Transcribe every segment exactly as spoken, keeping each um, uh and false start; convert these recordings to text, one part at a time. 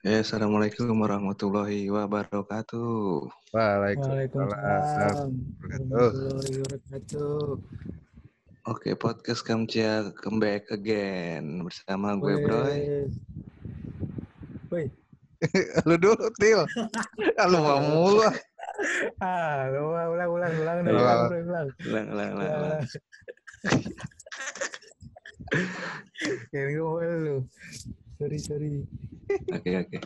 Ya, Assalamualaikum warahmatullahi wabarakatuh. Waalaikumsalam Waalaikumsalam warahmatullahi wabarakatuh. Oke, podcast Kamcia come back again bersama gue Broy. Wes. Woi. Lu dulu, Til. Lu mau mulu. Ah, ulang ulang ulang ulang Ayo. ulang ulang ulang. Ulang, ulang, ulang, ulang. Kayak gue lu. Sorry sorry. Oke, oke.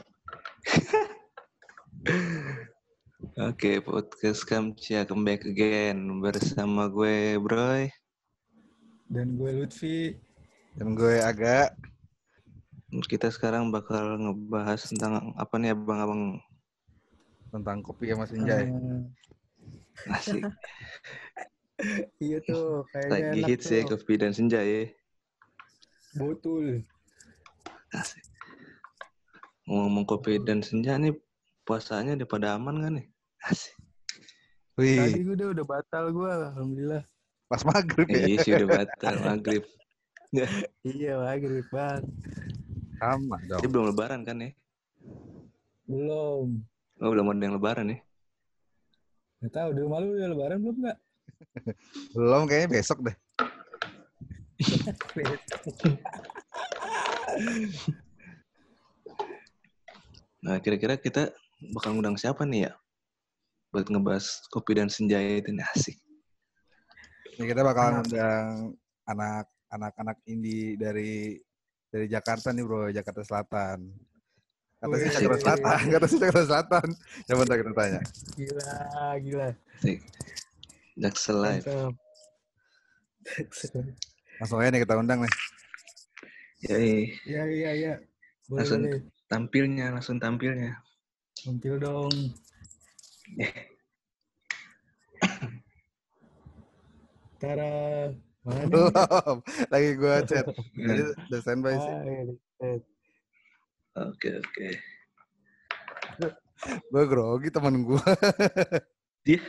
Oke, podcast Kamcia come back again bersama gue Broy. Dan gue Lutfi. Dan gue agak Kita sekarang bakal ngebahas tentang apa nih abang-abang? tentang kopi sama senja. Uh, Asik. iya tuh, kayaknya Lagi enak hits ya tuh. kopi dan senja ya. Betul. Asik. Ngomong kopi dan senja nih, puasanya udah pada aman kan nih? Asik. Tadi Wih, gue udah, udah batal gue, alhamdulillah. pas maghrib ya. Iya sih udah batal maghrib. Iya, maghrib bang. Sama Ini dong. belum lebaran kan ya? Belum. Oh, belum ada yang lebaran ya? Gak tau, di rumah lu udah lebaran belum nggak? Belum, kayaknya besok deh. Nah, kira-kira kita bakal ngundang siapa nih ya? Buat ngebahas kopi dan senja itu nih, asik. Ini kita bakalan Anak. undang anak anak-anak indie dari dari Jakarta nih, Bro, Jakarta Selatan. Kata sih Wih. Jakarta Selatan, kata sih Jakarta Selatan. Coba ntar kita tanya. Gila, gila. Asik. Jaksel Live. Mantap. Langsung aja nih kita undang nih. Yoi. Iya, iya, iya. Boleh, Langsung boleh. tampilnya, langsung tampilnya. Tampil dong. Tara. Mana? Belum. Lagi gue chat. Jadi udah standby sih. Ah, iya, iya. Oke, oke. Gue grogi temen gue. Dia.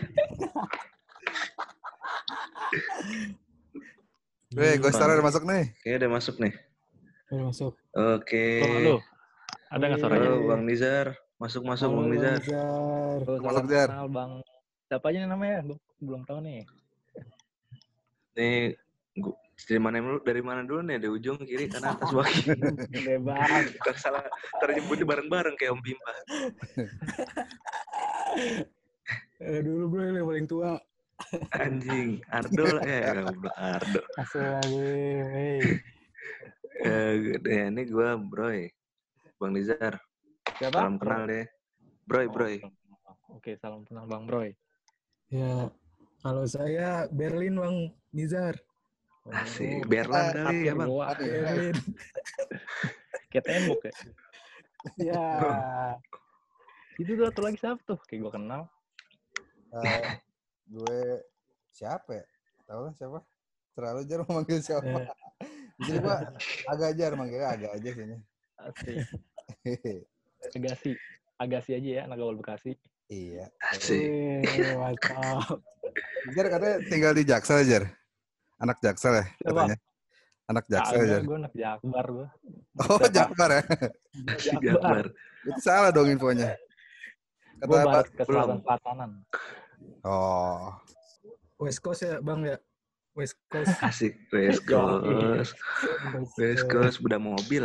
Weh, gue sekarang udah masuk nih. Kayaknya udah masuk nih. Udah masuk. Oke. Halo, halo. Ada nggak suaranya? Halo, Bang Nizar. Masuk-masuk, Halo, Bang Nizar. Nizar. Halo, Masuk, salam Jar. kenal Bang. Siapa aja nih namanya? Gue belum tahu nih. Nih, gua, dari mana dulu? Dari mana dulu nih? Dari ujung kiri, kanan, atas, bawah. Bebas. Kalau salah, terjemputnya bareng-bareng kayak Om Bimpa. Eh, dulu bro yang paling tua. Anjing, Ardo lah ya, Ardo. Astagfirullahaladzim. Hey. Eh, ini gue Broy, Bang Nizar. Siapa? Salam kenal deh. Broy, Broy. Oh, Oke, salam kenal Bang Broy. Ya, kalau saya Berlin Bang Nizar. Asik. Oh, Berlan kali ya, Akhir Bang. gua. Berlin. Kayak tembok ya. Ya. Itu tuh satu lagi siapa tuh? Kayak gue kenal. Uh, gue siapa ya? Tahu lah siapa? Terlalu jar mau manggil siapa? Eh. Jadi gue agak jar manggilnya agak aja sini. Asik. Agasi. Agasi aja ya, anak gaul Bekasi. Iya. Asik. Wih, mantap. Jar katanya tinggal di Jaksel, Jar. Anak Jaksel ya katanya. Anak Jaksel, Jar. Gue anak Jakbar gue. Oh, Jakbar ya? Asik Jakbar. Itu salah dong infonya. Gue Kata barat ke belum. selatan-selatanan. Oh. West Coast ya Bang ya? West Coast. Asik. West Coast. West Coast, udah mobil.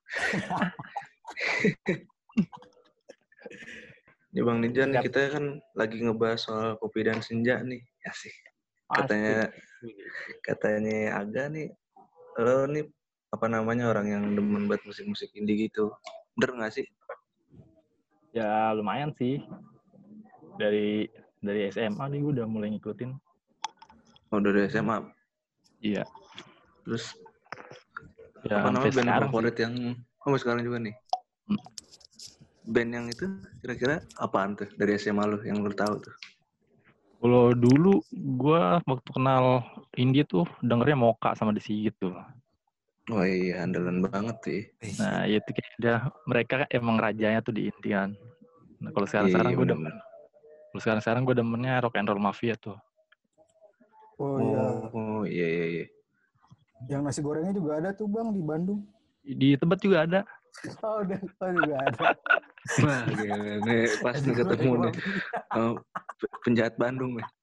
Ini Bang Ninja nih, kita kan lagi ngebahas soal kopi dan senja nih. Asik. Katanya, katanya Aga nih, lo nih apa namanya orang yang demen buat musik-musik indie gitu. Bener nggak sih? Ya lumayan sih. Dari dari S M A nih gue udah mulai ngikutin. Oh, dari S M A. Iya. Terus Ya, apa namanya band sekarang favorit sih. yang oh sekarang juga nih? Hmm. Band yang itu kira-kira apaan tuh dari S M A lu yang lu tahu tuh? Kalau dulu gue waktu kenal indie tuh dengernya Moka sama The Sigit tuh. Oh iya, andalan banget sih. Nah itu kayak udah mereka kan emang rajanya tuh di indie kan. Nah kalau sekarang-sekarang Iya, gue bener-bener. demen. Kalau sekarang-sekarang gue demennya Rock and Roll Mafia tuh. Oh iya. Oh iya iya iya. Yang nasi gorengnya juga ada tuh Bang di Bandung. Di Tebet juga ada. Oh, udah, oh juga ada. Wah, gila nih pas nih ketemu nih. Oh, penjahat Bandung nih.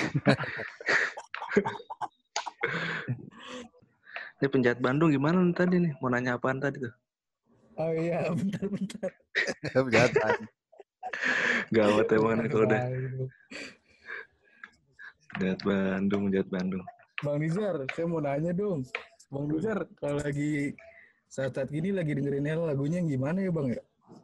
Ini penjahat Bandung gimana nih tadi nih? Mau nanya apaan tadi tuh? Oh iya, bentar-bentar. Penjahatan. Gawat emang nih kalau udah. Bandung. Penjahat Bandung, penjahat Bandung. Bang Nizar, saya mau nanya dong. Bang Nizar, kalau lagi saat-saat gini lagi dengerin lagunya yang gimana ya Bang ya?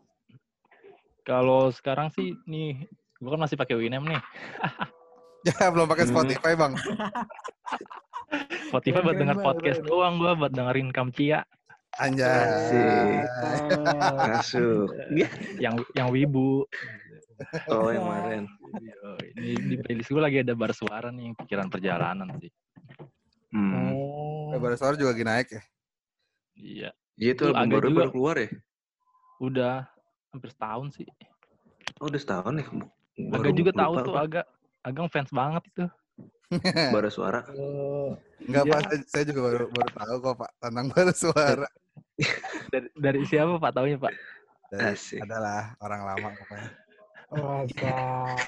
Kalau sekarang sih nih, gue kan masih pakai Winem nih. Ya belum pakai Spotify bang. Spotify buat Keren, denger Bang, podcast keren. doang, gue buat dengerin Kamcia. Anjay. Masuk. Yang yang wibu. Oh, yang kemarin. Ini di playlist gue lagi ada bar suara nih, yang pikiran perjalanan sih. Hmm. Oh. Kabar suara juga lagi naik ya. Iya. Iya itu Itu album agak baru juga- baru keluar ya? Udah hampir setahun sih. Oh, udah setahun nih. Baru Agak juga tahu lupa tuh, gua. agak agak fans banget itu. Bara suara. Oh. Enggak Iya. Pak, saya- saya juga baru baru tahu kok Pak tentang bar suara. Dari, dari siapa Pak taunya Pak? Dari, Asik. adalah orang lama pokoknya. Masa.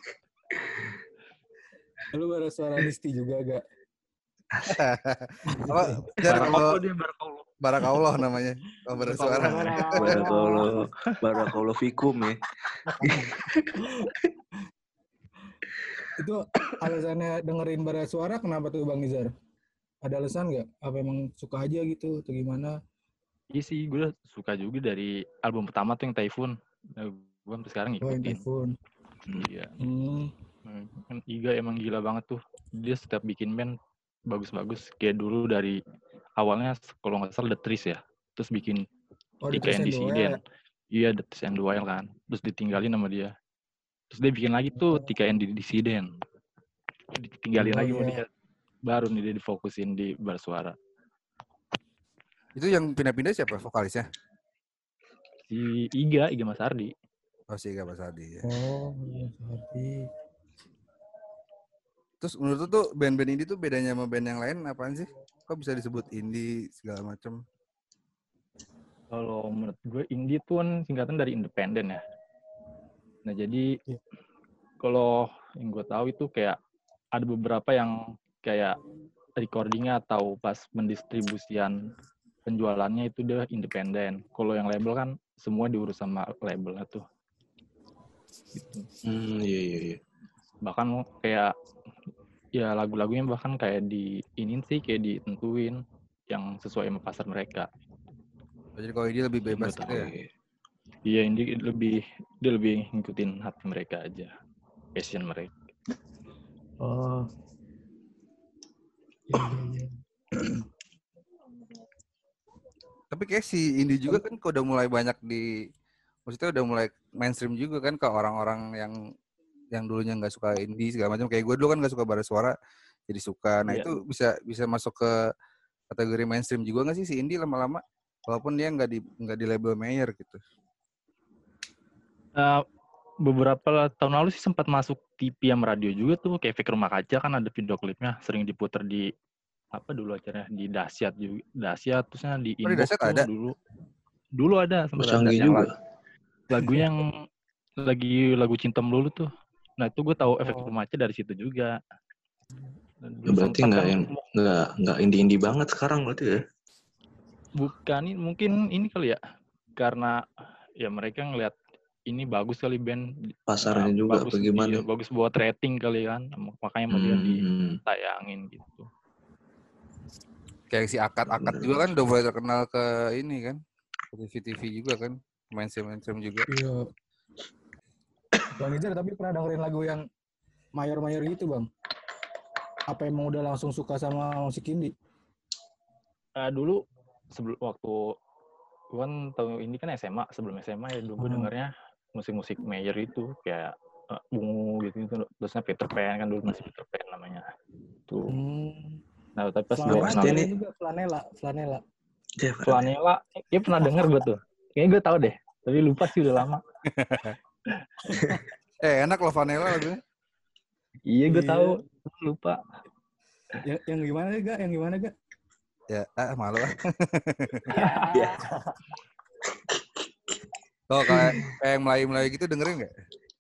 Lu baru suara Disti juga gak? Apa? Jar, kalau Barakallah dia Barakallah. Barakallah namanya. Kalau bar suara. Barakallah, barakallah fikum ya. Itu alasannya dengerin bara suara kenapa tuh Bang Nizar? Ada alasan nggak? Apa emang suka aja gitu atau gimana? Iya sih, gue suka juga dari album pertama tuh yang Typhoon. Nah, gue sampai sekarang Oh, yang ngikutin. Typhoon. Iya. Hmm. Hmm, kan Iga emang gila banget tuh. Dia setiap bikin band bagus-bagus. Kayak dulu dari awalnya kalau nggak salah The Trees ya. Terus bikin Oh, The Tika Trees and and the Dissident. Wild. Iya, The Trees and the Wild kan. Terus ditinggalin sama dia. Terus dia bikin lagi tuh Tika and Dissident. Ditinggalin Oh, lagi sama iya. dia. Baru nih dia difokusin di bar suara. Itu yang pindah-pindah siapa vokalisnya? Si Iga, Iga Mas Ardi. Oh si Gak Pasadi ya. Oh, iya, berarti. Terus menurut lu tuh band-band indie tuh bedanya sama band yang lain apaan sih? Kok bisa disebut indie segala macam? Kalau menurut gue indie tuh kan singkatan dari independen ya. Nah jadi Iya. kalau yang gue tahu itu kayak ada beberapa yang kayak recordingnya atau pas pendistribusian penjualannya itu dia independen. Kalau yang label kan semua diurus sama labelnya tuh. Gitu. Hmm, iya iya iya. Bahkan kayak ya lagu-lagunya bahkan kayak di inin sih kayak ditentuin yang sesuai sama pasar mereka. Jadi kalau indie lebih bebas Betul. gitu ya. Iya, ini lebih dia lebih ngikutin hati mereka aja, passion mereka. Oh. Iya, iya, iya. Tapi kayak si indie juga kan kok udah mulai banyak di, maksudnya udah mulai mainstream juga kan ke orang-orang yang yang dulunya nggak suka indie segala macam. Kayak gue dulu kan nggak suka bara suara, jadi suka. Nah Iya. itu bisa bisa masuk ke kategori mainstream juga nggak sih si indie lama-lama? Walaupun dia nggak di nggak di label Mayer gitu. Uh, beberapa tahun lalu sih sempat masuk T V sama radio juga tuh, kayak Efek Rumah Kaca kan ada video klipnya sering diputer di apa dulu acaranya di Dahsyat juga, Dahsyat terusnya di Oh, di Inbox Dahsyat tuh ada? dulu. Dulu ada sempat ada Canggih yang juga. lagu, lagunya yang lagi lagu Cinta Melulu tuh. Nah, itu gue tahu Efek Oh. Rumah Kaca dari situ juga. Ya, Dulu berarti sempat nggak kan yang nggak nggak indie-indie banget sekarang berarti ya? bukan ini mungkin ini kali ya. Karena ya mereka ngelihat ini bagus kali band Pasarnya uh, juga bagus, bagaimana? iya, bagus buat rating kali kan, makanya mau dia Hmm, ditayangin gitu. Kayak si Akad-Akad Bener. juga kan udah mulai terkenal ke ini kan. Ke T V T V juga kan. Mainstream-mainstream juga. Iya. Bang Nizar tapi pernah dengerin lagu yang mayor-mayor gitu Bang? Apa emang udah langsung suka sama musik indie? Uh, dulu sebelum waktu gue kan tahu ini kan S M A, sebelum S M A ya dulu gue Hmm. dengernya musik-musik major itu kayak uh, Bungu gitu gitu, terusnya Peter Pan kan dulu masih Peter Pan namanya tuh. Hmm. Nah tapi pas gue Flanela, pasti kenal nih. dengerin juga Flanela, Flanela. Ya, Flanela, ya pernah denger gue tuh, kayaknya gue tahu deh, tapi lupa sih udah lama. Eh enak loh Vanilla lagunya. Iya gue Iya. tahu, lupa. Yang, yang gimana gak? Yang gimana gak? Ya, ah malu ah. Ya. Oh, kayak, kayak yang Melayu-Melayu gitu dengerin nggak?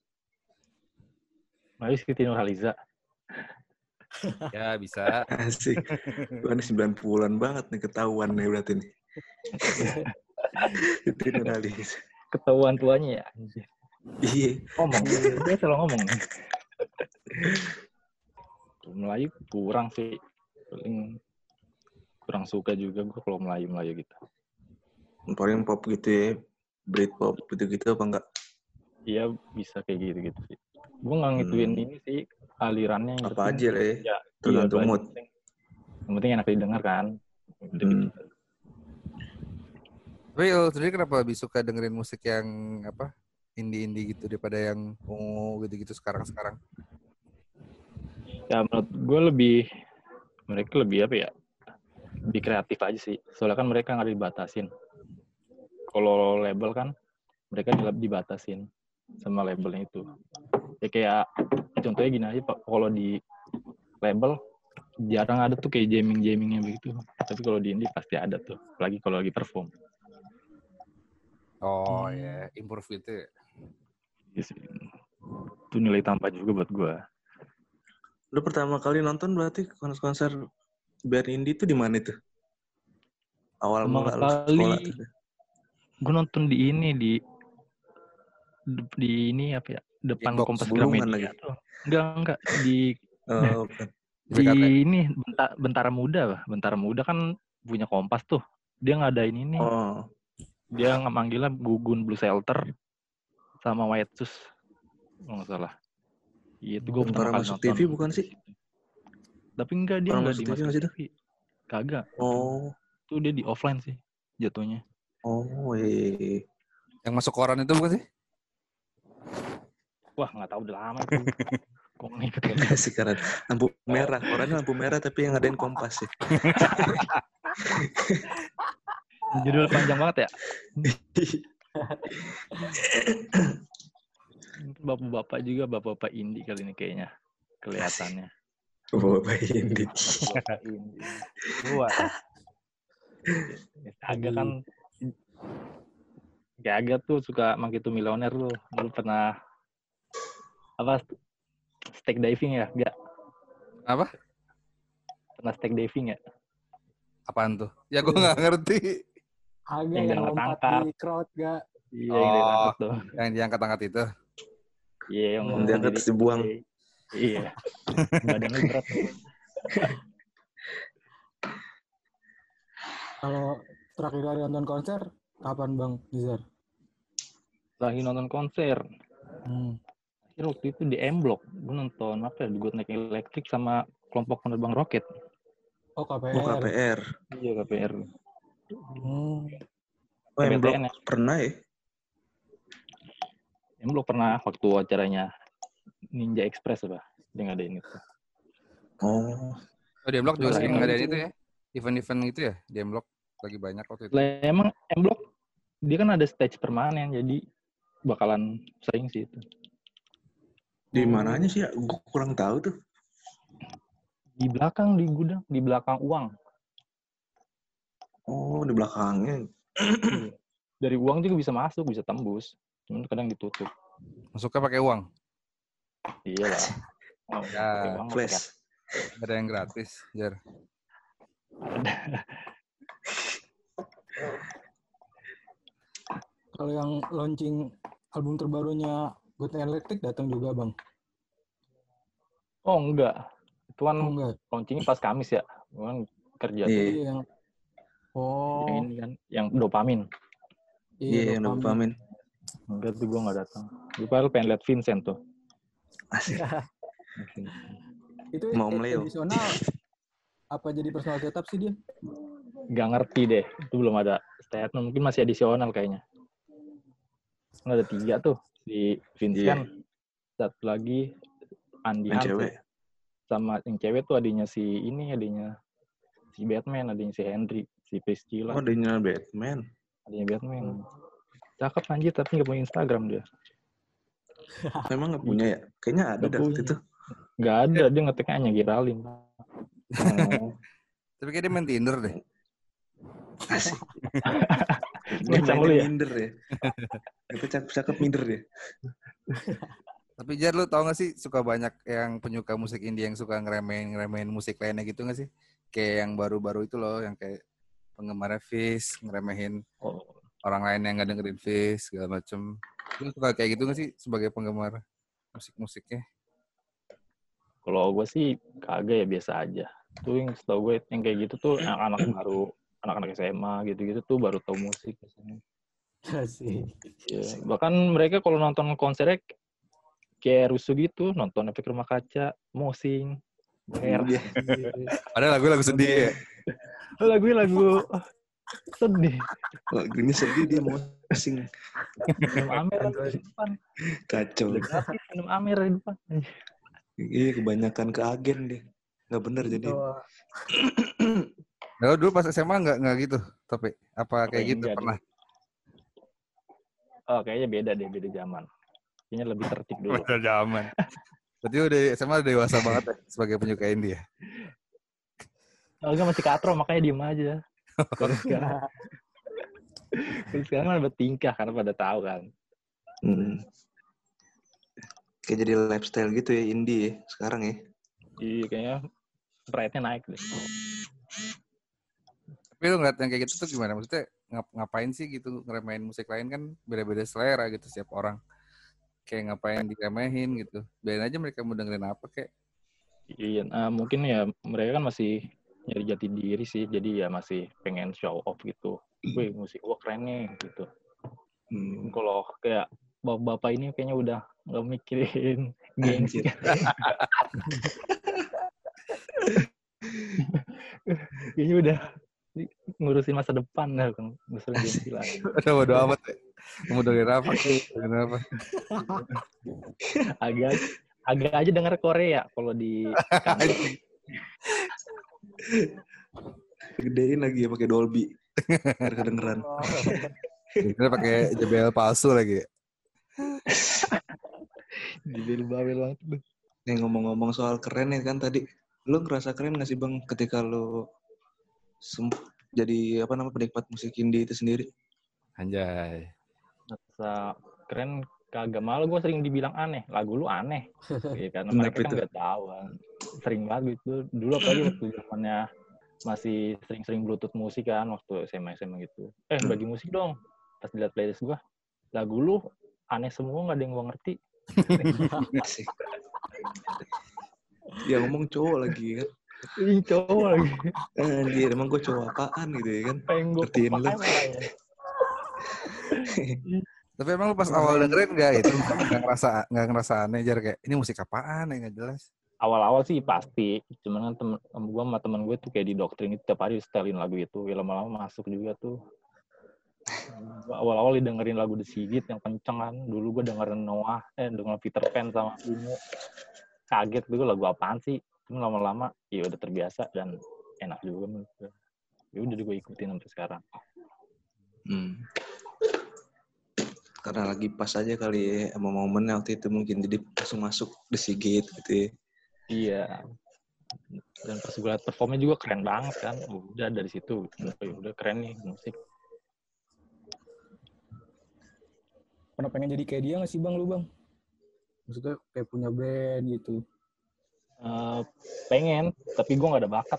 Melayu Siti Nurhaliza. Ya, bisa. Asik. Gua nih sembilan puluhan banget nih ketahuan nih berarti nih. Itu Nurhaliza. Ketahuan tuanya ya. Iya. Ngomong. Dia selalu ngomong. Melayu kurang sih. Paling kurang suka juga gue kalau Melayu-Melayu gitu. Paling pop gitu ya. Britpop gitu-gitu apa enggak? Iya bisa kayak gitu-gitu sih. Gue nggak ngituin Hmm. ini sih alirannya. Yang Apa penting aja lah ya. ya, Tergantung iya, mood. penting. Yang penting enak didengar kan. Hmm. Tapi lo sendiri kenapa lebih suka dengerin musik yang apa indie-indie gitu daripada yang ungu gitu-gitu sekarang-sekarang? Ya menurut gue lebih, mereka lebih apa ya, lebih kreatif aja sih. Soalnya kan mereka nggak dibatasin. Kalau label kan mereka dibatasin sama labelnya itu. Ya kayak contohnya gini aja Pak, kalau di label jarang ada tuh kayak jamming-jammingnya begitu. Tapi kalau di indie pasti ada tuh, apalagi kalau lagi perform. Oh hmm. ya, improve gitu ya. Yes. Itu nilai tambah juga buat gue. Lu pertama kali nonton berarti konser band indie itu di mana itu? Awal pertama mula lu kali sekolah tuh. Gue nonton di ini di di ini apa ya? Depan Inbox Kompas Gramedia tuh. Enggak enggak di oh, bukan. di ini bentar, Bentara Muda lah. Bentara Muda kan punya Kompas tuh. Dia ngadain ini. Oh. Dia manggilnya Gugun Blue Shelter sama White Shoes. Oh, nggak salah. Iya, itu gue pertama kali masuk nonton. T V bukan sih? Tapi enggak, dia orang enggak di masuk T V. Kagak. Oh. Itu dia di offline sih jatuhnya. Oh, iya. Yang masuk koran itu bukan sih? Wah, nggak tahu udah lama itu. Kok ngikutin sih karena lampu merah. Korannya lampu merah tapi yang ngadain Kompas sih. Judul panjang banget ya. Bapak-bapak juga, bapak-bapak indie kali ini kayaknya kelihatannya. Bapak indie. Bapak indie. Wah. Agak kan kayak agak tuh suka Mangkitu Milioner tuh. Lu pernah apa stake diving ya? Enggak. Apa? Pernah stake diving ya? Apaan tuh? Ya gue nggak ngerti. Agak yang, yang lompat di crowd gak? Iya, oh, yang diangkat tuh. Yang diangkat-angkat itu. Iya, yang oh, diangkat terus dibuang. Iya. Badannya berat. Kalau terakhir kali nonton konser, kapan Bang Nizar? Lagi nonton konser. Hmm. Akhir waktu itu di M Block. Gue nonton apa ya? Good Night Electric sama kelompok penerbang roket. Oh, K P R. Oh, K P R. Iya, K P R. Hmm. Oh, M Block ya? Pernah ya? M Block pernah waktu acaranya Ninja Express apa? Dia ngadain itu. Oh. Oh, di M Block juga sering ngadain itu ya? Event-event itu ya? Di M Block lagi banyak waktu itu. Lah, emang M Block dia kan ada stage permanen, jadi bakalan saing sih itu. Di mananya sih ya? Gue kurang tahu tuh. Di belakang, di gudang, di belakang uang. Oh, di belakangnya. Dari uang juga bisa masuk, bisa tembus. Cuman kadang ditutup. Masuknya pakai uang? Iya lah. Oh, ya, uang, flash. Ada yang gratis, Jar. Kalau yang launching album terbarunya Good Night Electric datang juga, Bang? Oh, enggak. Itu kan oh, enggak. launchingnya pas Kamis ya. Kan kerja yeah. tuh. Yang oh. Yang ini kan, yang dopamin. Iya, yeah, yang dopamin. Enggak tuh gue nggak datang. Gue baru pengen lihat Vincent tuh. Asik. Itu mau Leo. Edisional apa jadi personal tetap sih dia? Gak ngerti deh. Itu belum ada statement. Mungkin masih edisional kayaknya. Ada tiga tuh. Si Vincent. Yeah. Satu lagi Andi Hans. Sama yang cewek tuh adanya si ini. Adanya si Batman. Adanya si Henry. Si Priscilla. Oh, adanya Batman. Adanya Batman. Cakep anjir. Tapi gak punya Instagram dia. Memang gak punya ya? Kayaknya ada dari itu. Gak ada. Dia ngeteknya hanya Geraldine. Oh. Tapi kayak dia main Tinder deh. Asik. Dia main ya? Tinder ya. Tapi cakep-cakep minder dia. Tapi Jar, lu tau gak sih suka banyak yang penyuka musik indie yang suka ngeremehin-ngeremehin musik lainnya gitu gak sih? Kayak yang baru-baru itu loh, yang kayak penggemar Fish, ngeremehin Oh. orang lain yang gak dengerin Fish, segala macem. Lu suka kayak gitu gak sih sebagai penggemar musik-musiknya? Kalau gue sih kagak ya, biasa aja. Tuh yang setahu gue yang kayak gitu tuh anak-anak baru, anak-anak S M A gitu-gitu tuh baru tahu musik biasanya. Asik. Ya, bahkan mereka kalau nonton konsernya kayak rusuh gitu, nonton Efek Rumah Kaca, Mosing, Ber. Iya. Ada lagu-lagu sedih ya? Lagu lagu sedih. Lagunya sedih dia mosing. Minum Amer lagi di depan. Kacau. Udah gratis minum Amer di depan. Iya, kebanyakan ke agen deh. Nggak bener jadi. Nah, dulu pas S M A nggak nggak gitu, tapi apa kayak Oh, gitu enggak, pernah? Oh, kayaknya beda deh, beda zaman. Kayaknya lebih tertib dulu. Beda zaman. Berarti udah S M A udah dewasa banget ya sebagai penyuka indie ya? Oh, enggak, masih katro, makanya diem aja. Kalau sekarang, kalau sekarang kan bertingkah karena pada tahu kan. Hmm. Kayak jadi lifestyle gitu ya indie ya sekarang ya. Iya, kayaknya pride-nya naik deh. Tapi lu ngeliat yang kayak gitu tuh gimana? Maksudnya ngap- ngapain sih gitu ngeremehin musik lain kan beda-beda selera gitu setiap orang. Kayak ngapain diremehin gitu. Biarin aja mereka mau dengerin apa kayak. Iya, nah, mungkin ya mereka kan masih nyari jati diri sih, jadi ya masih pengen show off gitu. Wih, musik gua keren nih gitu. Hmm. Kalau kayak bapak-bapak ini kayaknya udah nggak mikirin gengsi. Anjir. Kayaknya udah ngurusin masa depan dah, kan ngurusin gengsi lah. Udah bodo amat ya. Mau dengerin apa kayak, dengerin apa. Agak agak aja denger Korea kalau di kantor. Gedein lagi ya pakai Dolby. Biar kedengeran. Kita pakai J B L palsu lagi. Dibel-bel banget tuh. Nih ngomong-ngomong soal keren nih kan tadi. Lu ngerasa keren gak sih Bang ketika lu sem- jadi apa namanya penikmat musik indie itu sendiri? Anjay. Masa keren kagak, malah gue sering dibilang aneh, lagu lu aneh. Ya, karena Kenapa mereka kan itu? nggak tahu kan. Sering banget gitu. Dulu apalagi waktu zamannya masih sering-sering bluetooth musik kan waktu S M A S M A gitu. Eh Hmm. bagi musik dong. Pas dilihat playlist gue, lagu lu aneh semua, nggak ada yang gue ngerti. Asik. Ya ngomong cowok lagi kan. Ih cowok lagi. Anjir, emang gue cowok apaan gitu ya kan? Pengen gue Ngertiin lu. pakai makanya. Tapi emang lu pas awal dengerin nggak itu nggak ngerasa nggak ngerasa aneh Jar kayak ini musik apaan ya nggak jelas. Awal-awal sih pasti, cuman kan temen gue sama temen gue tuh kayak didoktrin itu tiap hari setelin lagu itu, ya lama-lama masuk juga tuh. Gua awal-awal dengerin lagu The Sigit yang kenceng kan, dulu gue dengerin Noah, eh dengerin Peter Pan sama Ungu, kaget gue lagu apaan sih, cuma lama-lama ya udah terbiasa dan enak juga menurut gue. Ya udah gue ikutin sampai sekarang. Hmm. Karena lagi pas aja kali ya sama momennya waktu itu mungkin jadi langsung masuk The Sigit gitu ya. Iya. Dan pas gue liat performnya juga keren banget kan, udah dari situ, ya udah keren nih musik. Pernah pengen jadi kayak dia nggak sih Bang lu Bang? Maksudnya kayak punya band gitu. Uh, pengen, tapi gue nggak ada bakat.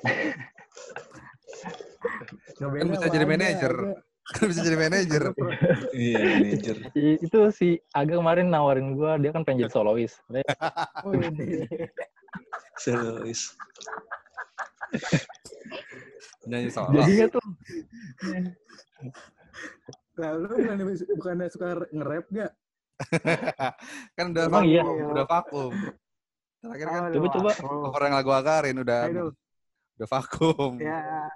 Kan bisa jadi manajer. Kan bisa jadi manajer. Iya, manajer. Itu si Aga kemarin nawarin gue, dia kan pengen jadi solois. Oh ini. Solois. Nyanyi solo. Jadinya tuh. Lalu bukan bukannya suka nge-rap gak? Kan udah Emang vakum, iya. udah vakum. Terakhir kan Coba-coba. cover yang lagu Akarin udah Aduh. udah vakum. Ya.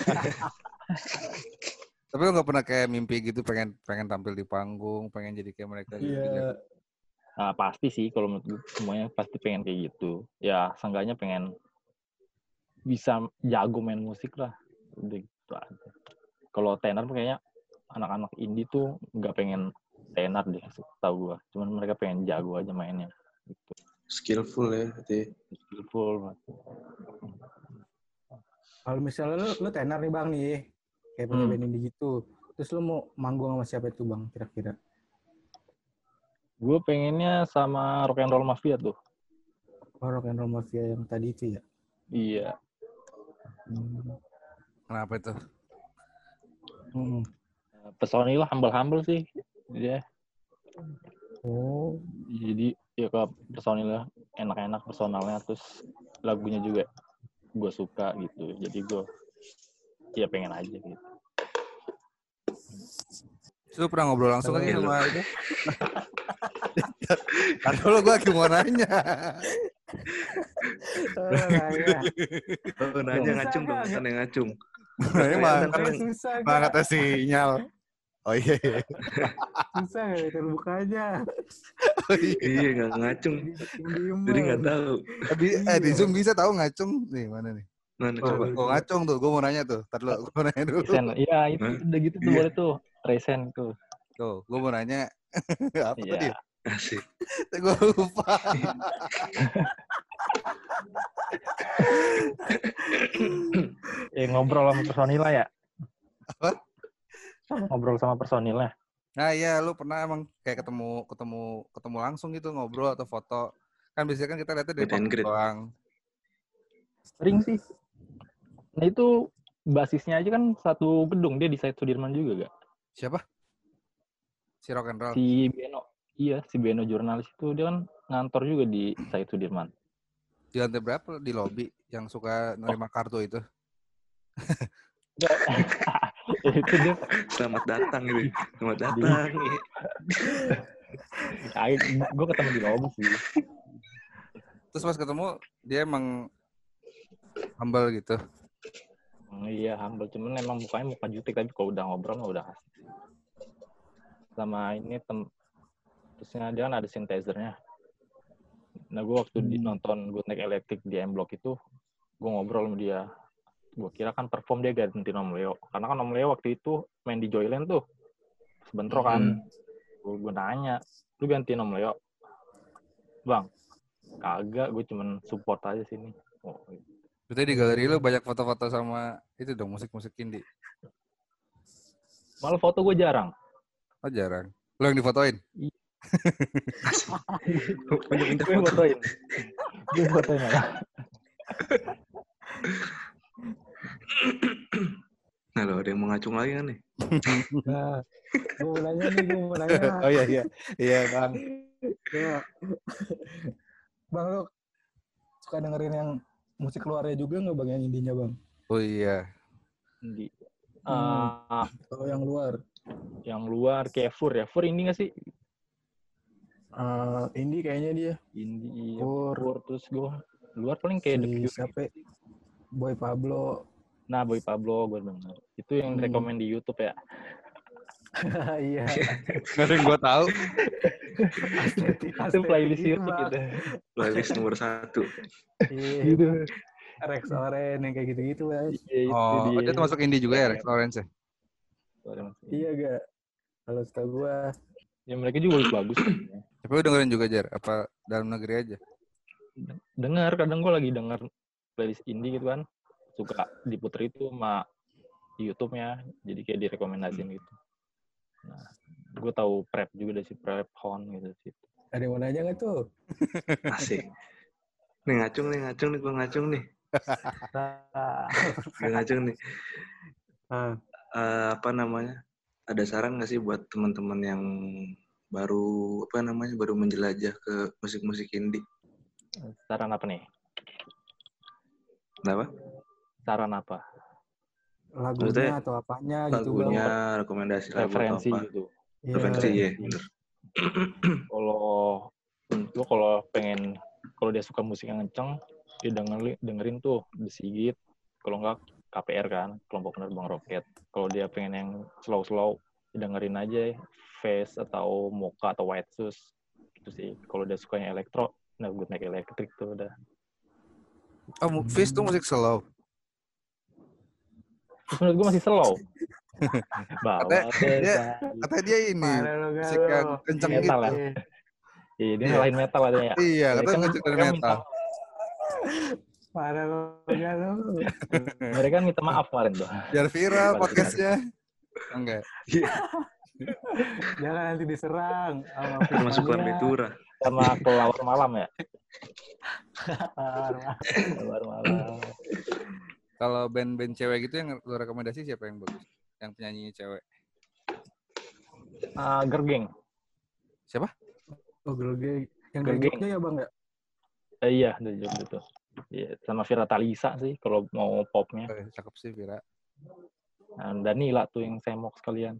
Tapi lo nggak pernah kayak mimpi gitu pengen pengen tampil di panggung, pengen jadi kayak mereka gitu? Iya. Nah, pasti sih kalau menurut gue semuanya pasti pengen kayak gitu. Ya seenggaknya pengen bisa jago main musik lah. Udah gitu aja. Kalau tenar kayaknya anak-anak indie tuh nggak pengen tenar deh, tahu gue. Cuman mereka pengen jago aja mainnya. Gitu. Skillful ya berarti. Skillful. Kalau misalnya lu, lu tenar nih Bang nih, kayak punya Hmm. band indie gitu. Terus lu mau manggung sama siapa itu Bang kira-kira? Gue pengennya sama Rock and Roll Mafia tuh. Oh, Rock and Roll Mafia yang tadi itu ya? Iya. Hmm. Kenapa itu? Hmm. Personil humble-humble sih. Dia. Oh, Jadi ya ke personilnya enak-enak personalnya, terus lagunya juga gue suka gitu. Jadi gue ya pengen aja gitu. Lu pernah ngobrol langsung lagi Iya, sama itu? Atau lu gue lagi mau nanya. oh nanya. Oh, nanya ngacung dong, kan yang ngacung. Nanya mah Kelihatan kan Susah mah gak? kata sinyal. Oh iya iya. Susah gak terbuka aja. Oh, iya. iya nggak ngacung, jadi nggak tahu. Eh, di, eh, di Zoom bisa tahu ngacung? Nih mana nih? Mana Oh, coba? oh ngacung tuh, gue mau nanya tuh. Ntar dulu, gue mau nanya dulu. Resen, iya itu Hah? udah gitu tuh Iya. boleh tuh. Resen tuh. Tuh, gue mau nanya. Apa Iya. tadi? Asik. Gue lupa. Eh ngobrol sama personilnya ya? Apa? Ngobrol sama personilnya. Nah iya, lu pernah emang kayak ketemu ketemu ketemu langsung gitu ngobrol atau foto? Kan biasanya kan kita lihatnya dari Meet and panggung greet. doang. Sering sih. Nah itu basisnya aja kan satu gedung, dia di Said Sudirman juga gak? Siapa? Si Rock and Roll. Si Beno. Iya, si Beno jurnalis itu dia kan ngantor juga di Said Sudirman. Di lantai berapa di lobby yang suka nerima kartu itu? Itu dia Selamat datang gitu. Selamat datang. gue ketemu di lobby sih. Terus pas ketemu dia emang humble gitu. Hmm, iya humble, cuman emang mukanya muka jutek, tapi kalau udah ngobrol mah udah asik. Sama ini tem terusnya dia kan ada synthesizer-nya. Nah gue waktu di, nonton Good Night Electric di M Block itu, gue ngobrol sama dia. Gue kira kan perform dia ganti Om Leo, karena kan Om Leo waktu itu main di Joyland tuh, sebentar kan. Hmm. Gue, gue nanya, lu gantiin Om Leo? Bang, kagak, gue cuman support aja sini. Oh, Berarti di galeri lu banyak foto-foto sama itu dong, musik-musik indie. malah foto gue jarang. Oh jarang. Lu yang difotoin? Banyak minta Gue foto. fotoin. Gue fotoin malah. Nah lo ada yang mau ngacung lagi kan nih? Nah, gue mau nanya nih, gue mau nanya. Oh iya iya. Iya bang. Ya. Bang, lu suka dengerin yang musik luarnya juga nggak bang, yang indinya bang? Oh iya. Di, Hmm. uh, Kalau yang luar? yang luar kayak Fur ya. Fur ini nggak sih? Uh, indie kayaknya dia. Indie, Fur. Fur, terus gue luar paling kayak The Si Cure. siapa? Boy Pablo. Nah, Boy Pablo gue denger. Itu yang Hmm. rekomen di YouTube ya. Iya. Nggak ada yang gue tahu. Estetik, Itu playlist gitu, YouTube Bang. gitu. Playlist nomor satu. Iya. Gitu. Rex Oren yang kayak gitu-gitu lah. Iya, itu Oh, oh, dia termasuk indie juga ya, Rex Lawrence ya? Iya gak? Kalau setahu gua. Ya mereka juga bagus. Tapi lu dengerin juga, Jar? Apa dalam negeri aja? Dengar, kadang gue lagi denger playlist indie gitu kan. Suka diputer itu sama YouTube-nya. Jadi kayak direkomendasiin gitu. Nah, gue tahu Prep juga dari si Prep Hon gitu sih. Ada yang mau nanya nggak tuh? Asik. Nih ngacung nih, ngacung nih, gue ngacung nih. Gue ngacung nih. Ah. Uh, apa namanya? Ada saran nggak sih buat teman-teman yang baru apa namanya baru menjelajah ke musik-musik indie? Saran apa nih? Kenapa? Saran apa? Lagunya Maksudnya, atau apanya gitu bang? Lagunya, rekomendasi lagu Referensi atau apa? gitu. Iya. Referensi ya, bener. Kalau lo kalau pengen, kalau dia suka musik yang kenceng, dia dengerin, dengerin tuh The Sigit. Kalau enggak K P R kan, Kelompok Penerbang Roket. Kalau dia pengen yang slow-slow, dengerin aja Face atau Mocha atau White Shoes. Gitu sih. Kalau dia suka yang elektro, nah Good Night Electric tuh udah. Oh, Fish tuh musik slow. Terus menurut gue masih slow. Katanya dia, katanya dia ini musik yang kenceng gitu. Metal ya? Iya, dia ngalahin metal aja ya. Iya, katanya kenceng dari metal. Parah lo, enggak lo. Mereka kan minta maaf kemarin tuh. Biar viral podcastnya. Enggak. Jangan nanti diserang sama Termasuk Priscilia. Barbitura. Sama kelawar malam ya. Kelawar malam. Kalau band-band cewek gitu yang lu rekomendasi siapa yang bagus? Yang penyanyinya cewek? Ah, Gergeng. Siapa? Oh, Girl Gang. Yang dari Girl Gang. Jogja ya Bang ya? Eh, iya, dari Jogja tuh. Iya, sama Vira Talisa sih kalau mau popnya. Oh, cakep sih Vira. Nah, Danila tuh yang semok sekalian.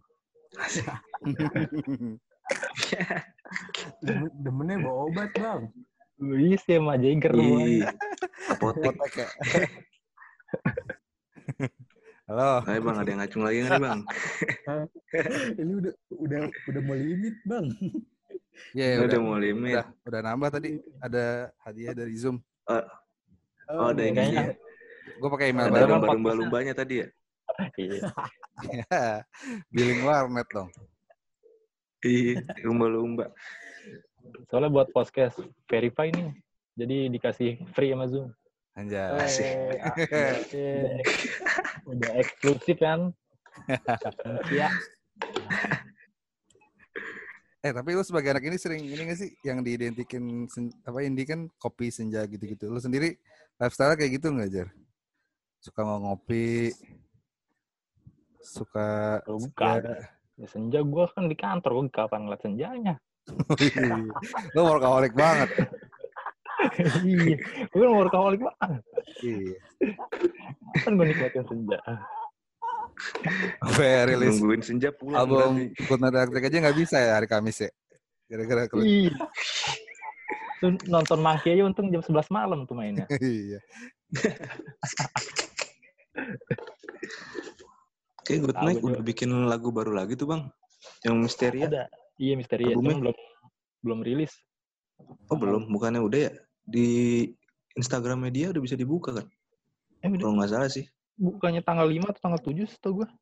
Demen, demennya bawa obat Bang. Wih, sih sama Jagger. Ih, apotek. Potek ya. Halo. Ayo Bang, ada yang ngacung lagi nggak nih Bang? Ini udah udah udah mau limit Bang. Iya, yeah, Ini udah, udah mau limit. udah, udah nambah tadi. Ada hadiah dari Zoom. Oh, oh ada ini kayaknya. ya. Gue pakai email Ada baru. Padahal lumba-lumba-lumbanya tadi ya? Iya. Billing warnet dong. Iya, lumba-lumba. Soalnya buat podcast verify nih. Jadi dikasih free sama Zoom. Anjay. Asik. Eh, udah eksklusif kan? Iya. Eh tapi lu sebagai anak ini sering ini nggak sih yang diidentikin sen, apa indie kan kopi senja gitu-gitu. Lu sendiri lifestyle kayak gitu nggak Jar? Suka mau ngopi, suka Kalau bukan. Ya, senja gue kan di kantor, gue kapan ngeliat senjanya. Lu workaholic banget. Iya, gue kan workaholic banget. Iya. Kan gue nikmatin senja. Sampai rilis Nungguin senja pulang. album Good Night Electric aja nggak bisa ya hari Kamis ya? Gara-gara kerja. Iya. Tuh nonton Monkey aja untung jam sebelas malam tuh mainnya. Iya. Kayak Good Night udah bikin lagu baru lagi tuh Bang. Yang Misteria. Ada. Iya Misteria, Albumnya? cuman belum belum rilis. Oh belum, bukannya udah ya? Di Instagram media udah bisa dibuka kan? Eh udah. Kalau nggak salah sih. Bukannya tanggal lima atau tanggal tujuh setahu gue.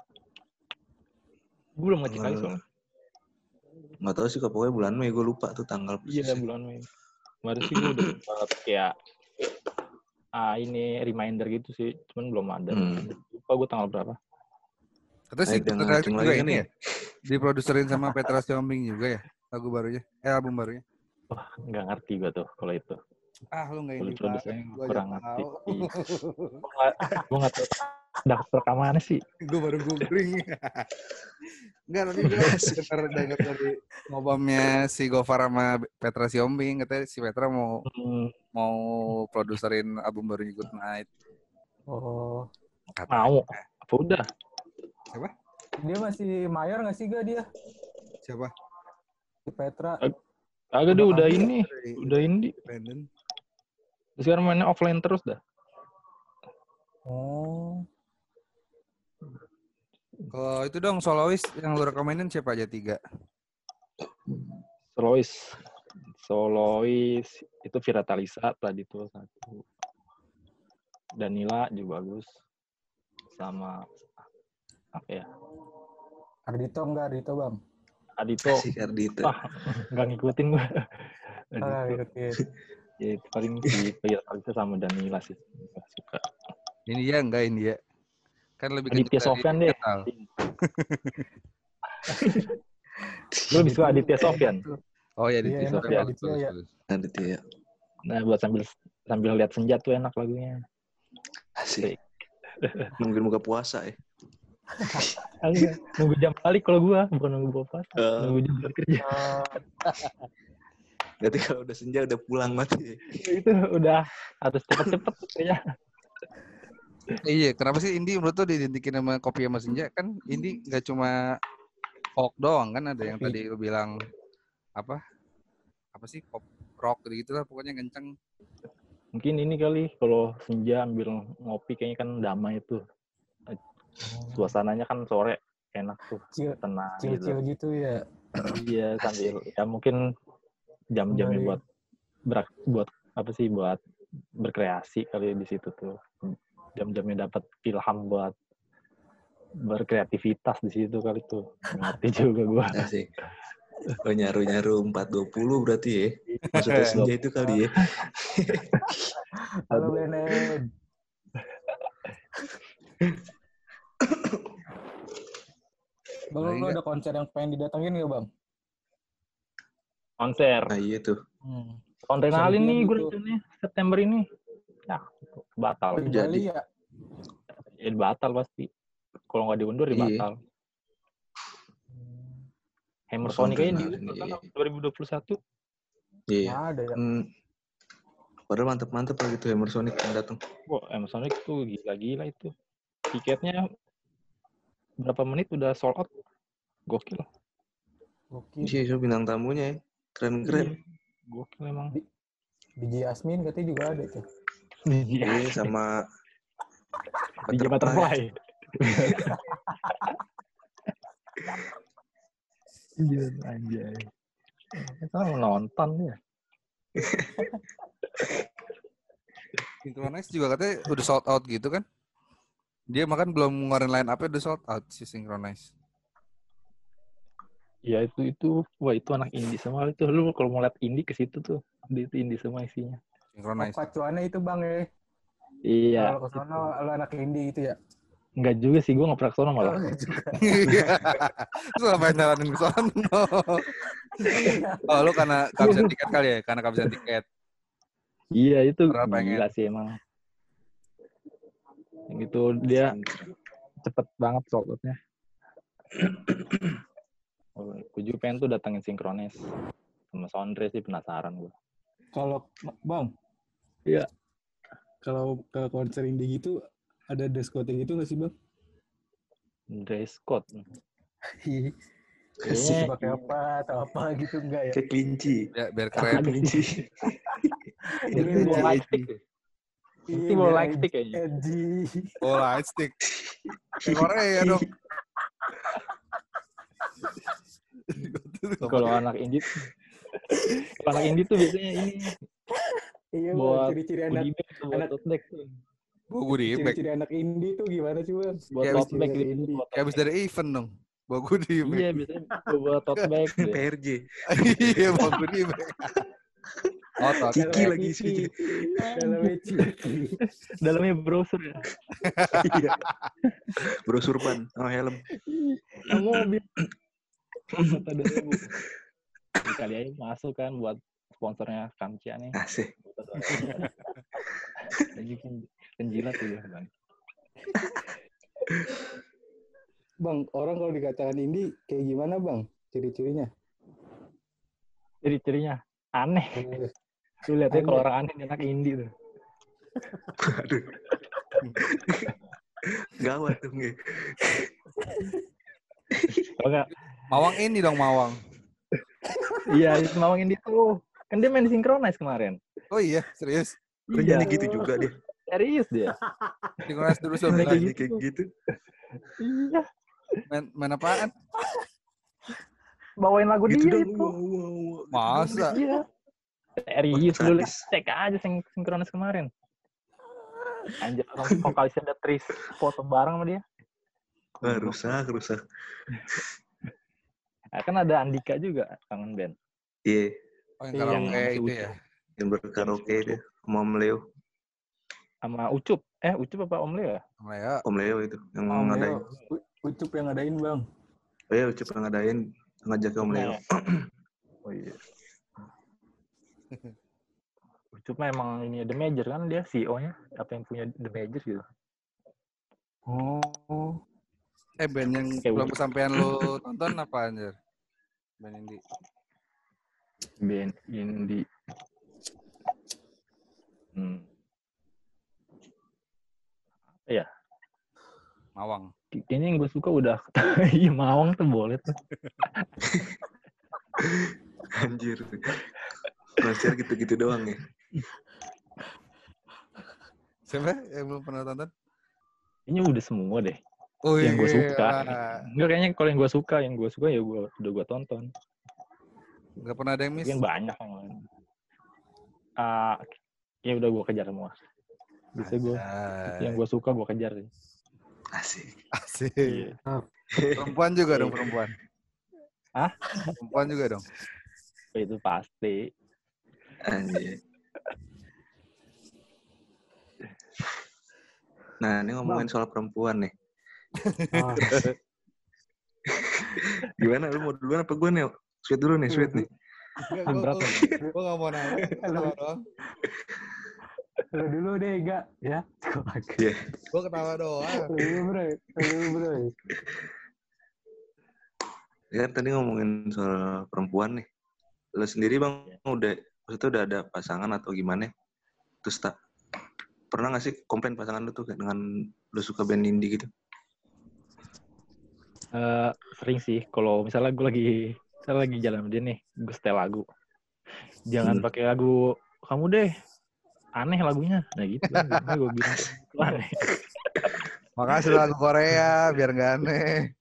Gue belum ngecek lagi soalnya. Nggak tahu sih, kok pokoknya bulan Mei, gue lupa tuh tanggal Iya, bulan Mei. Kemarin sih gue udah sempat kayak ah ini reminder gitu sih, cuman belum ada. Hmm. Lupa gue tanggal berapa. Katanya sih Ayo, jangan Good Night ngacung juga lagi ini nih. ya? Diproduserin sama Petra Sihombing juga ya? Lagu barunya? Eh album barunya? Wah, nggak ngerti gue tuh kalau itu. Ah lu nggak Kalau indie produsernya banget, gue kurang aja ngerti. tahu. Gue nggak tahu dapat rekamannya sih. Gue baru googling. Enggak, tapi gue denger, denger dari ngobamnya si Gofar sama Petra Sihombing. Katanya si Petra mau Hmm. mau produserin album barunya Good Night. Oh. Katanya. Mau. Apa udah? Siapa? Dia masih mayor nggak sih gak dia? Siapa? Si Petra. Agak dia udah Dari- ini, dari udah ini. independen. Sekarang mainnya offline terus dah. Oh. Kalau itu dong solois yang lu rekomenin siapa aja tiga? Solois. Solois itu Vira Talisa tadi tuh satu. Danila juga bagus. Sama apa ya? Ardito enggak Ardito Bang? Adito. Asik Ardito. Ah, nggak ngikutin gue. Ah, ikutin. Ya itu paling si Vira Talisa sama Danila sih. Gua suka. India enggak India? Kan lebih Aditya kenceng dari Sofyan deh. metal. Gue lebih suka Aditya Sofyan. Oh ya Iya, Aditya enak Sofyan. ya, bagus, Aditya bagus, ya. bagus. Aditya. Nah buat sambil sambil lihat senja tuh enak lagunya. Asik. Nungguin buka puasa ya. Enggak, nunggu jam balik kalau gua, bukan nunggu buka puasa. Uh, Nunggu jam balik kerja. Berarti kalau udah senja udah pulang mati. Itu udah harus cepet-cepet kayaknya. Iya, kenapa sih indie menurut tuh diidentikin sama kopi sama senja? Kan indie nggak cuma folk doang kan, ada yang tadi lu bilang apa? Apa sih pop rock gitu lah, pokoknya kenceng. Mungkin ini kali kalau senja ambil ngopi kayaknya kan damai tuh. Suasananya kan sore enak tuh, Chill, tenang chill-chill gitu. gitu ya. Iya sambil ya mungkin jam-jamnya Dari- buat berak, buat apa sih buat berkreasi kali di situ tuh. Jam-jamnya dapat ilham buat berkreativitas di situ kali tuh. Ngerti juga gua. Asik. Oh nyaru-nyaru empat dua puluh berarti ya. Maksudnya senja itu kali ya. Halo Benen. Bang, lu ada konser yang pengen didatengin nggak bang? Konser. Nah iya tuh. Hmm. Adrenalin nih gue gitu. rencananya September ini. Ya, batal. Di Jadi. Bali ya? Ya batal pasti. Kalau nggak diundur ya Iya. batal. Hammer Sonic aja diundur kan dua ribu dua puluh satu. Iya. Ada ya? Hmm. Padahal mantep-mantep lah gitu Hammer Sonic yang datang. Wah, Hammer Sonic tuh gila-gila itu. Tiketnya berapa menit udah sold out. Gokil. Gokil. Iya, so bintang tamunya ya. Keren-keren. Iya. Gokil emang. D J Yasmin katanya juga ada itu. Iya, sama D J Butterfly. Iya, anjay. Kita mau nonton ya. Synchronize juga katanya udah sold out gitu kan? Dia makan belum ngeluarin line up-nya udah sold out si Synchronize. Ya itu itu wah itu anak indie semua itu. Lu kalau mau lihat indie ke situ tuh. Dia itu indie semua isinya. Synchronize. Oh, pacuannya itu bang ya? Iya. Kalau ke sana lu anak indie itu ya? Enggak juga sih, gue nggak pernah ke sana malah. Iya. Terus ngapain nyaranin ke sana? Oh, lu karena kehabisan tiket kali ya? Karena kehabisan tiket. Iya, itu Berapa gila pengen? sih emang. Yang itu dia cepet banget sold out-nya. Gue juga pengen tuh datengin Synchronize. Sama Soundray sih penasaran gue. Kalau bang? Iya. Kalau ke konser indie gitu, ada dress code gitu nggak sih bang? Dress code. Kasih pakai apa atau apa gitu enggak ya? Kayak kelinci. Ya, biar keren. Kelinci. Ini bawa lightstick. Ini bawa lightstick kayaknya. Oh, lightstick. Kayak Korea dong. Kalau anak indie, kalau anak indie tuh biasanya ini. Iya, buat ciri-ciri anak anak tote bag. Bawa goodie bag. Ciri-ciri anak indie tuh gimana sih bang? Buat Kayak tote bag gitu. Kayak habis dari event dong. Bawa goodie bag. Iya, biasanya bawa tote bag. P R J. Iya, bawa goodie bag. Oh, tote Ciki bag. lagi isinya. Dalamnya ciki. Dalamnya brosur ya. Iya. Brosur pan sama helm. Sama mobil. Kata dulu. Kali aja masuk kan buat sponsornya Kamcia nih. Asik. Lagi penjilat tuh ya bang. Bang, orang kalau dikatakan indie kayak gimana bang? Ciri-cirinya? Ciri-cirinya aneh. Lu lihat ya kalau orang aneh enak indie tuh. Aduh. Gawat tuh nge. Kalau nggak, Mawang ini dong, Mawang. iya itu Mawang indie tuh. Kan dia main Synchronize kemarin. Oh iya, serius. Kerjanya Iya. gitu juga dia. Serius dia. Synchronize dulu Kayak sebelah. gitu. Kayak gitu. Iya. Main, main apaan? Bawain lagu Gitu dia dong. itu. Wow, wow, wow. Masa? Iya. Serius lu lihat, Sadis. cek aja Syn- Synchronize kemarin. Anjir, orang vokalisnya ada Tris foto bareng sama dia. Wah, rusak, rusak. Nah, kan ada Andika juga kangen band. Iya. Oh, yang Yang karaoke si itu Ucup. ya. Yang berkaraoke dia. Sama Om Leo. Sama Ucup. Eh, Ucup apa Om Leo ya? Sama ya. Om Leo itu. Yang Om ngadain. Leo, U- Ucup yang ngadain bang. Oh iya, Ucup yang ngadain. Ngajak ke Om Leo. Oh iya. Ucup mah emang ini The Major kan dia C E O-nya. Apa yang punya The Major gitu. Oh. Eh, band yang Kayak belum Ucup. kesampean lu tonton apa anjir? Band indie. Band indie. Hmm. Iya. Mawang. Kayaknya yang gue suka udah iya Mawang tuh boleh tuh. Anjir. Konser gitu-gitu doang ya. Siapa yang belum pernah tonton? Kayaknya udah semua deh. Oh Yang gue iya. suka. Enggak, kayaknya kalau yang gue suka, yang gue suka ya gue udah gue tonton. Gak pernah ada yang miss. Mungkin banyak yang lain. Ah, ya udah gue kejar semua. Bisa gue. Anjay. Yang gue suka gue kejar sih. Asik. Asik. Iya. Perempuan juga dong, perempuan. Hah? Perempuan juga dong. Itu pasti. Anjir. Nah, ini ngomongin soal perempuan nih. Ah. Gimana, lu mau duluan apa gue nih? Sweet dulu nih, sweet nih. Gue gak mau nanya, ketawa doang. Lu dulu deh, enggak ya? Iya. Gue ketawa doang. Lu bro, lu bro. Ya kan tadi ngomongin soal perempuan nih. Lu sendiri bang, udah maksudnya udah ada pasangan atau gimana? Terus tak pernah nggak sih komplain pasangan lu tuh dengan lu suka band indie gitu? Uh, sering sih. Kalau misalnya gue lagi, misalnya lagi jalan sama dia nih, gue setel lagu. Jangan hmm. pakai lagu kamu deh. Aneh lagunya. Nah gitu. Gimana gue bilang aneh. Makasih lagu Korea biar nggak aneh.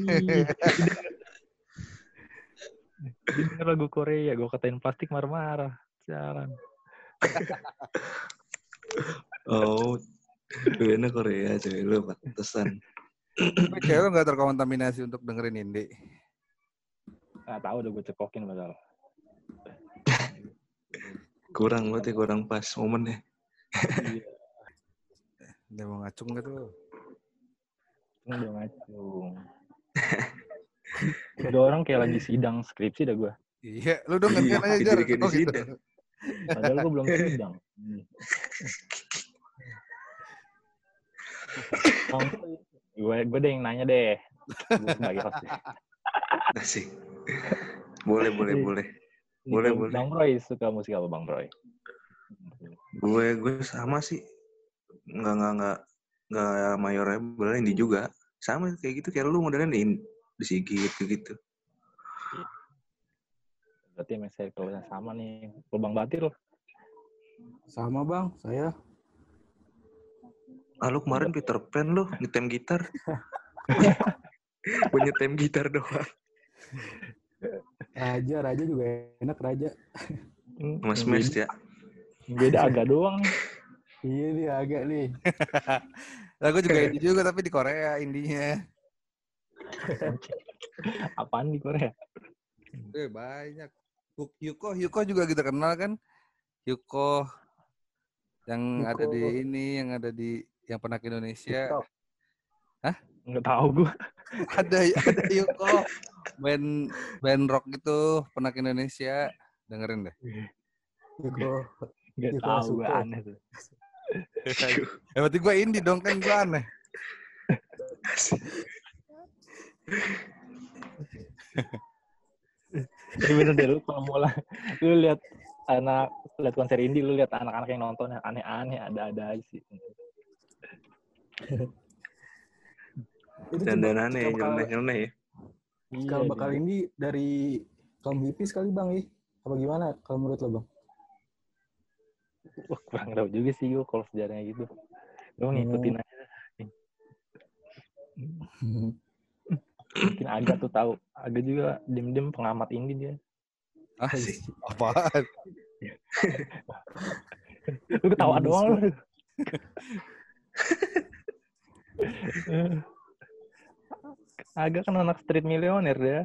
Dia denger lagu Korea, gue katain plastik marah-marah. Jalan. Oh, band Korea cewek lu pantesan. Tapi cewek lu gak terkontaminasi untuk dengerin indie? Gak tau, udah gue cekokin padahal. Kurang berarti, kurang pas momennya. Iya. Dia mau ngacung gak tuh? Udah ngacung. Udah orang kayak lagi sidang skripsi dah gue. Iya, lu dong kan aja Jar. Oh gitu. Padahal gue belum sidang. gue gue deh yang nanya deh. Gue sebagai host. Asik. Boleh, boleh, boleh. Boleh, boleh. Bang Roy suka musik apa Bang Roy? Gue gue sama sih. Enggak enggak enggak enggak mayornya boleh indie juga. Sama kayak gitu kayak lu modelnya di disigit gitu. Berarti emang circle-nya sama nih. Kalau Bang Batir loh. Sama Bang, saya. Ah, lu kemarin Peter Pan lu nyetem gitar. Gue nyetem gitar doang. Raja, Raja juga enak Raja. Mas Mes ya. Beda agak doang nih. Iya nih agak nih. Lah gue juga indie juga tapi di Korea indinya. Apaan di Korea? Eh banyak. Yuko, Yuko juga kita kenal kan? Yuko yang Yuko. Ada di ini, yang ada di yang pernah ke Indonesia. TikTok. Hah? Nggak tahu gue. ada ada Yuko. Band band rock gitu pernah ke Indonesia. Dengerin deh. Yuko. Nggak tahu, gue aneh tuh. Ya berarti gue indie dong, kan gue aneh. Ini bener deh, lu kalau mulai lu lihat anak lihat konser indie, lu lihat anak-anak yang nonton aneh-aneh, ada-ada aja sih. Dan dan aneh, nyeleneh-nyeleneh ya. Kalau bakal ini dari kaum hipis kali Bang ya? Apa gimana kalau menurut lo Bang? Wah, kurang tahu juga sih gue kalau sejarahnya gitu. Gue ngikutin aja. Mungkin Aga tuh tahu. Aga juga diem-diem pengamat indie dia. Ah sih, apaan? Lu ketawa doang lu. Aga kan anak street millionaire dia.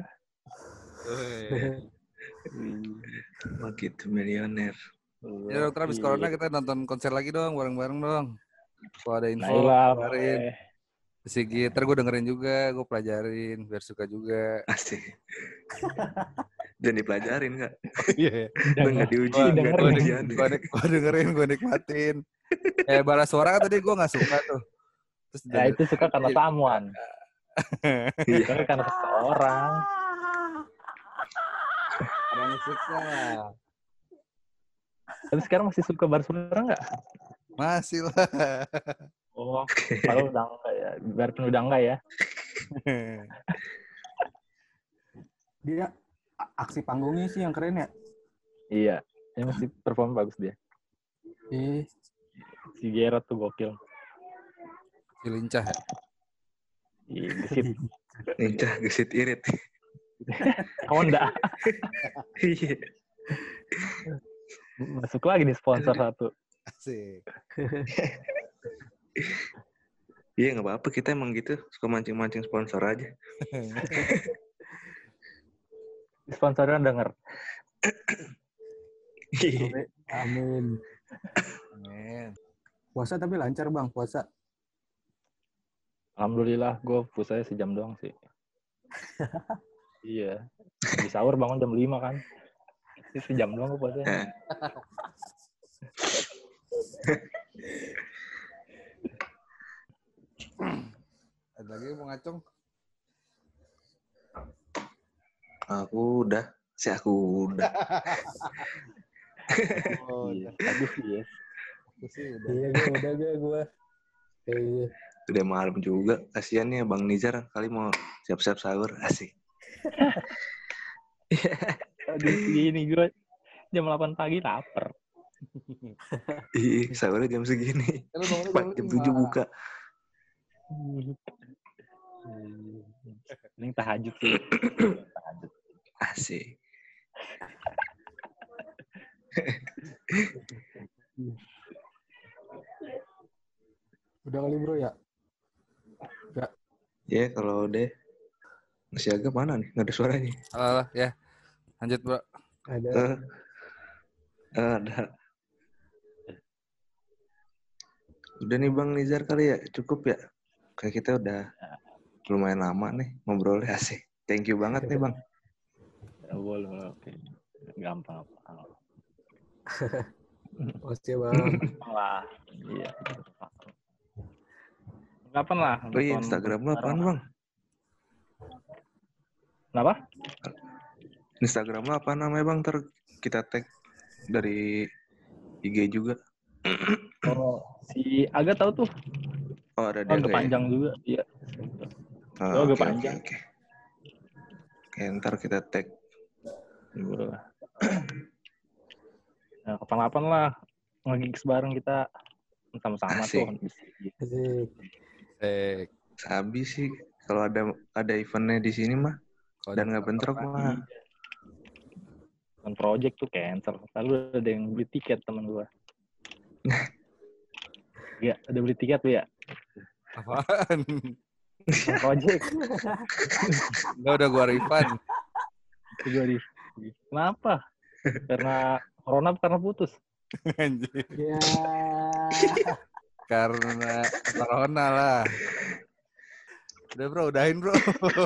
Wah gitu, milioner. Ya dokter, habis corona kita nonton konser lagi dong, bareng-bareng dong. Kalau ada info, nah, kabarin. Si gitar gue dengerin juga, gue pelajarin, biar suka juga. Asik. Jangan dipelajarin, Kak. Iya. Gue nggak diuji, nggak gue dengerin, gue dengerin, gue nikmatin. Eh, balas suara kan tadi gue nggak suka tuh. Terus ya itu suka karena samuan. Iya. Karena seseorang. Ada musiknya. Tapi sekarang masih suka Barcelona nggak? Masih lah. Oh, kalau udah enggak ya. Biarpun udah enggak ya. Dia aksi panggungnya sih yang keren ya. Iya, dia masih perform bagus dia. Eh. Si Gerard tuh gokil. Si lincah ya? Iya, gesit. Lincah, gesit irit. Honda. Iya. Masuk lagi nih sponsor satu. Asik. Iya nggak apa-apa, kita emang gitu suka mancing-mancing sponsor aja. Sponsornya denger. Amin. Amin. Puasa tapi lancar Bang, puasa. Alhamdulillah, gue puasanya sejam doang sih. Iya. Di sahur bangun jam lima kan. Itu sejam doang gue puasanya. Ada lagi yang mau ngacung? Aku udah. Si aku udah. Oh, Iya. Aku sih ya. aku sih udah. Iya, gue udah gue gue. Iya. Udah malam juga. Kasian nih Bang Nizar kali mau siap-siap sahur. Asik. Aduh, gini gue jam delapan pagi lapar. Ih, sahurnya jam segini. Kalau bangunnya Pak, jam tujuh buka. Ini tahajud sih. Tahajud. Asik. Udah kali bro ya? Ya kalau udah. Masih agak mana nih? Nggak ada suaranya. Alah, ya. Lanjut, Bro. Ada. Uh, ada. Udah nih Bang Nizar kali ya? Cukup ya? Kayak kita udah lumayan lama nih ngobrolnya. Asik. Thank you banget nih Bang. Ya, boleh, oke. Gampang apa? Pasti bang. Lah, iya. Kapan lah? Oh iya, Instagram lo apaan Bang? Kenapa? Instagram lo apa namanya Bang? Ntar kita tag dari I G juga. Oh, si Aga tahu tuh. Oh ada Oh, dia agak panjang ya? Juga, iya. Oh, oh, agak okay, panjang. Oke, okay, okay. Oke, ntar kita tag. Nah, kapan-kapan lah nge-gigs bareng kita sama-sama tuh. Asik. Eh, Sabi sih kalau ada ada eventnya di sini mah dan nggak bentrok mah. Kan project tuh cancel. Lalu ada yang beli tiket temen gua. Ya, ada beli tiket tuh ya. apaan? Project. Enggak, udah gua refund. Gua di. Kenapa? Karena corona karena putus. Anjir. Ya. Karena corona lah. Udah bro, udahin bro.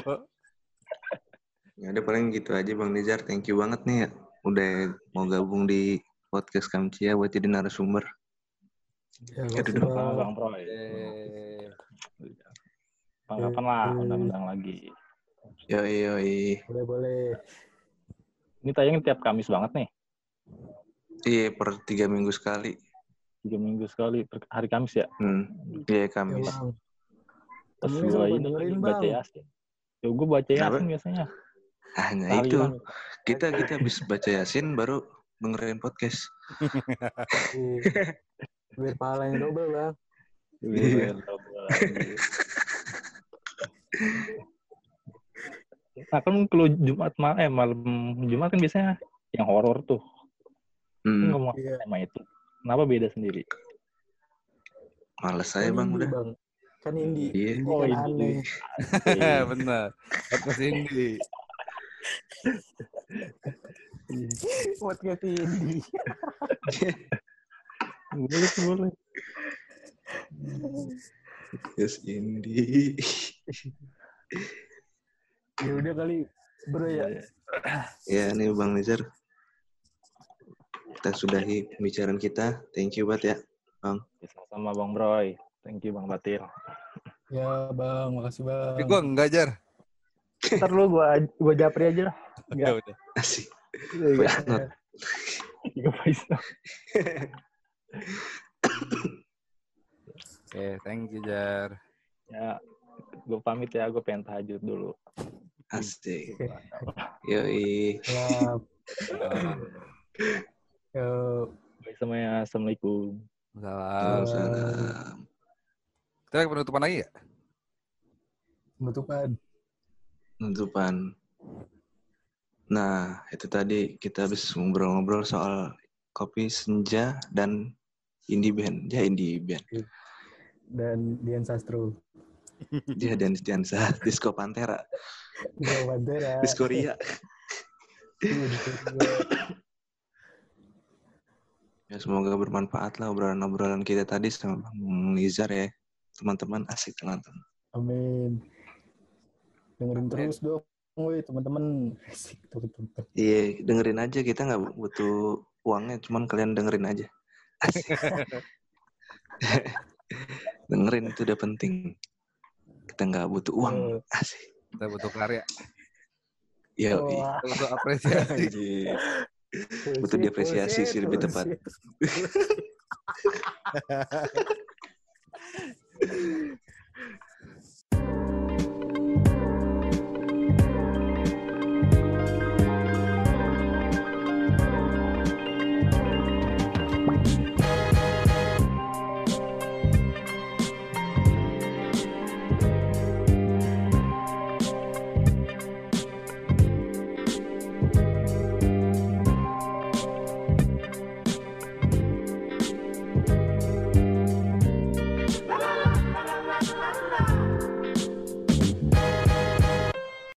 Ya udah paling gitu aja Bang Nizar. Thank you banget nih ya. Udah mau gabung di podcast Kamcia buat jadi narasumber. Ya, Aduh, makasih, Bang, bang. Bang Bro. Eh, Kapan lah undang-undang lagi. Yoi yoi. Boleh boleh. Ini tayang tiap Kamis banget nih. Iya per tiga minggu sekali. Tiga minggu sekali per hari Kamis ya. Hmm. Iya Ya, Kamis. bang. Terus Temennya gue siapa? ini Dengerin, baca Bang. Yasin. Ya gue baca Yasin biasanya. Hanya Tahlilan. itu. Kita kita habis baca Yasin baru dengerin podcast. Iya. Biar pahalanya double bang. Iya. Nah kan kalau Jumat malam, eh malam Jumat kan biasanya yang horor tuh. Hmm. Ngomong Iya. tema itu. Kenapa beda sendiri? Males saya Kan Bang indie, udah. bang. Kan indie. Iya. Indie Oh, kan indie. aneh. benar. Podcast ini. Podcast indie. Boleh tuh, boleh. Yes indie. Ya udah kali bro ya. Ya nih Bang Nizar. Kita sudahi pembicaraan kita. Thank you banget ya Bang. Sama Bang Broy. Thank you Bang Batil. Ya bang, makasih bang. Tapi gue enggak, Jar. Ntar lu gua gua japri aja lah. Ya udah. Asik. Voice note. Tiga voice note. Oke, thank you, Jar. Ya, gue pamit ya. Gue pengen tahajud dulu. Asik. Yoi. Siap. Yo. Baik semuanya. Assalamualaikum. Salam. Salam. Kita penutupan lagi ya? Penutupan. Penutupan. Nah, itu tadi kita habis ngobrol-ngobrol soal kopi senja dan indie band. Ya, indie band. Dan Dian Sastro. Dia dan Jansa, Disco Pantera. Disco Pantera. Disco Ria. Ya, semoga bermanfaat lah obrolan-obrolan kita tadi sama Bang Nizar ya. Teman-teman asik teman-teman. Amin. Dengerin terus dong, woi teman-teman. Asik teman-teman. Iya, dengerin aja, kita nggak butuh uangnya, cuman kalian dengerin aja. Asik. Dengerin itu udah penting. Kita nggak butuh uang. Asik. Kita butuh karya. Iya, Wah. Kita butuh apresiasi. anjir. Butuh diapresiasi sih lebih tepat.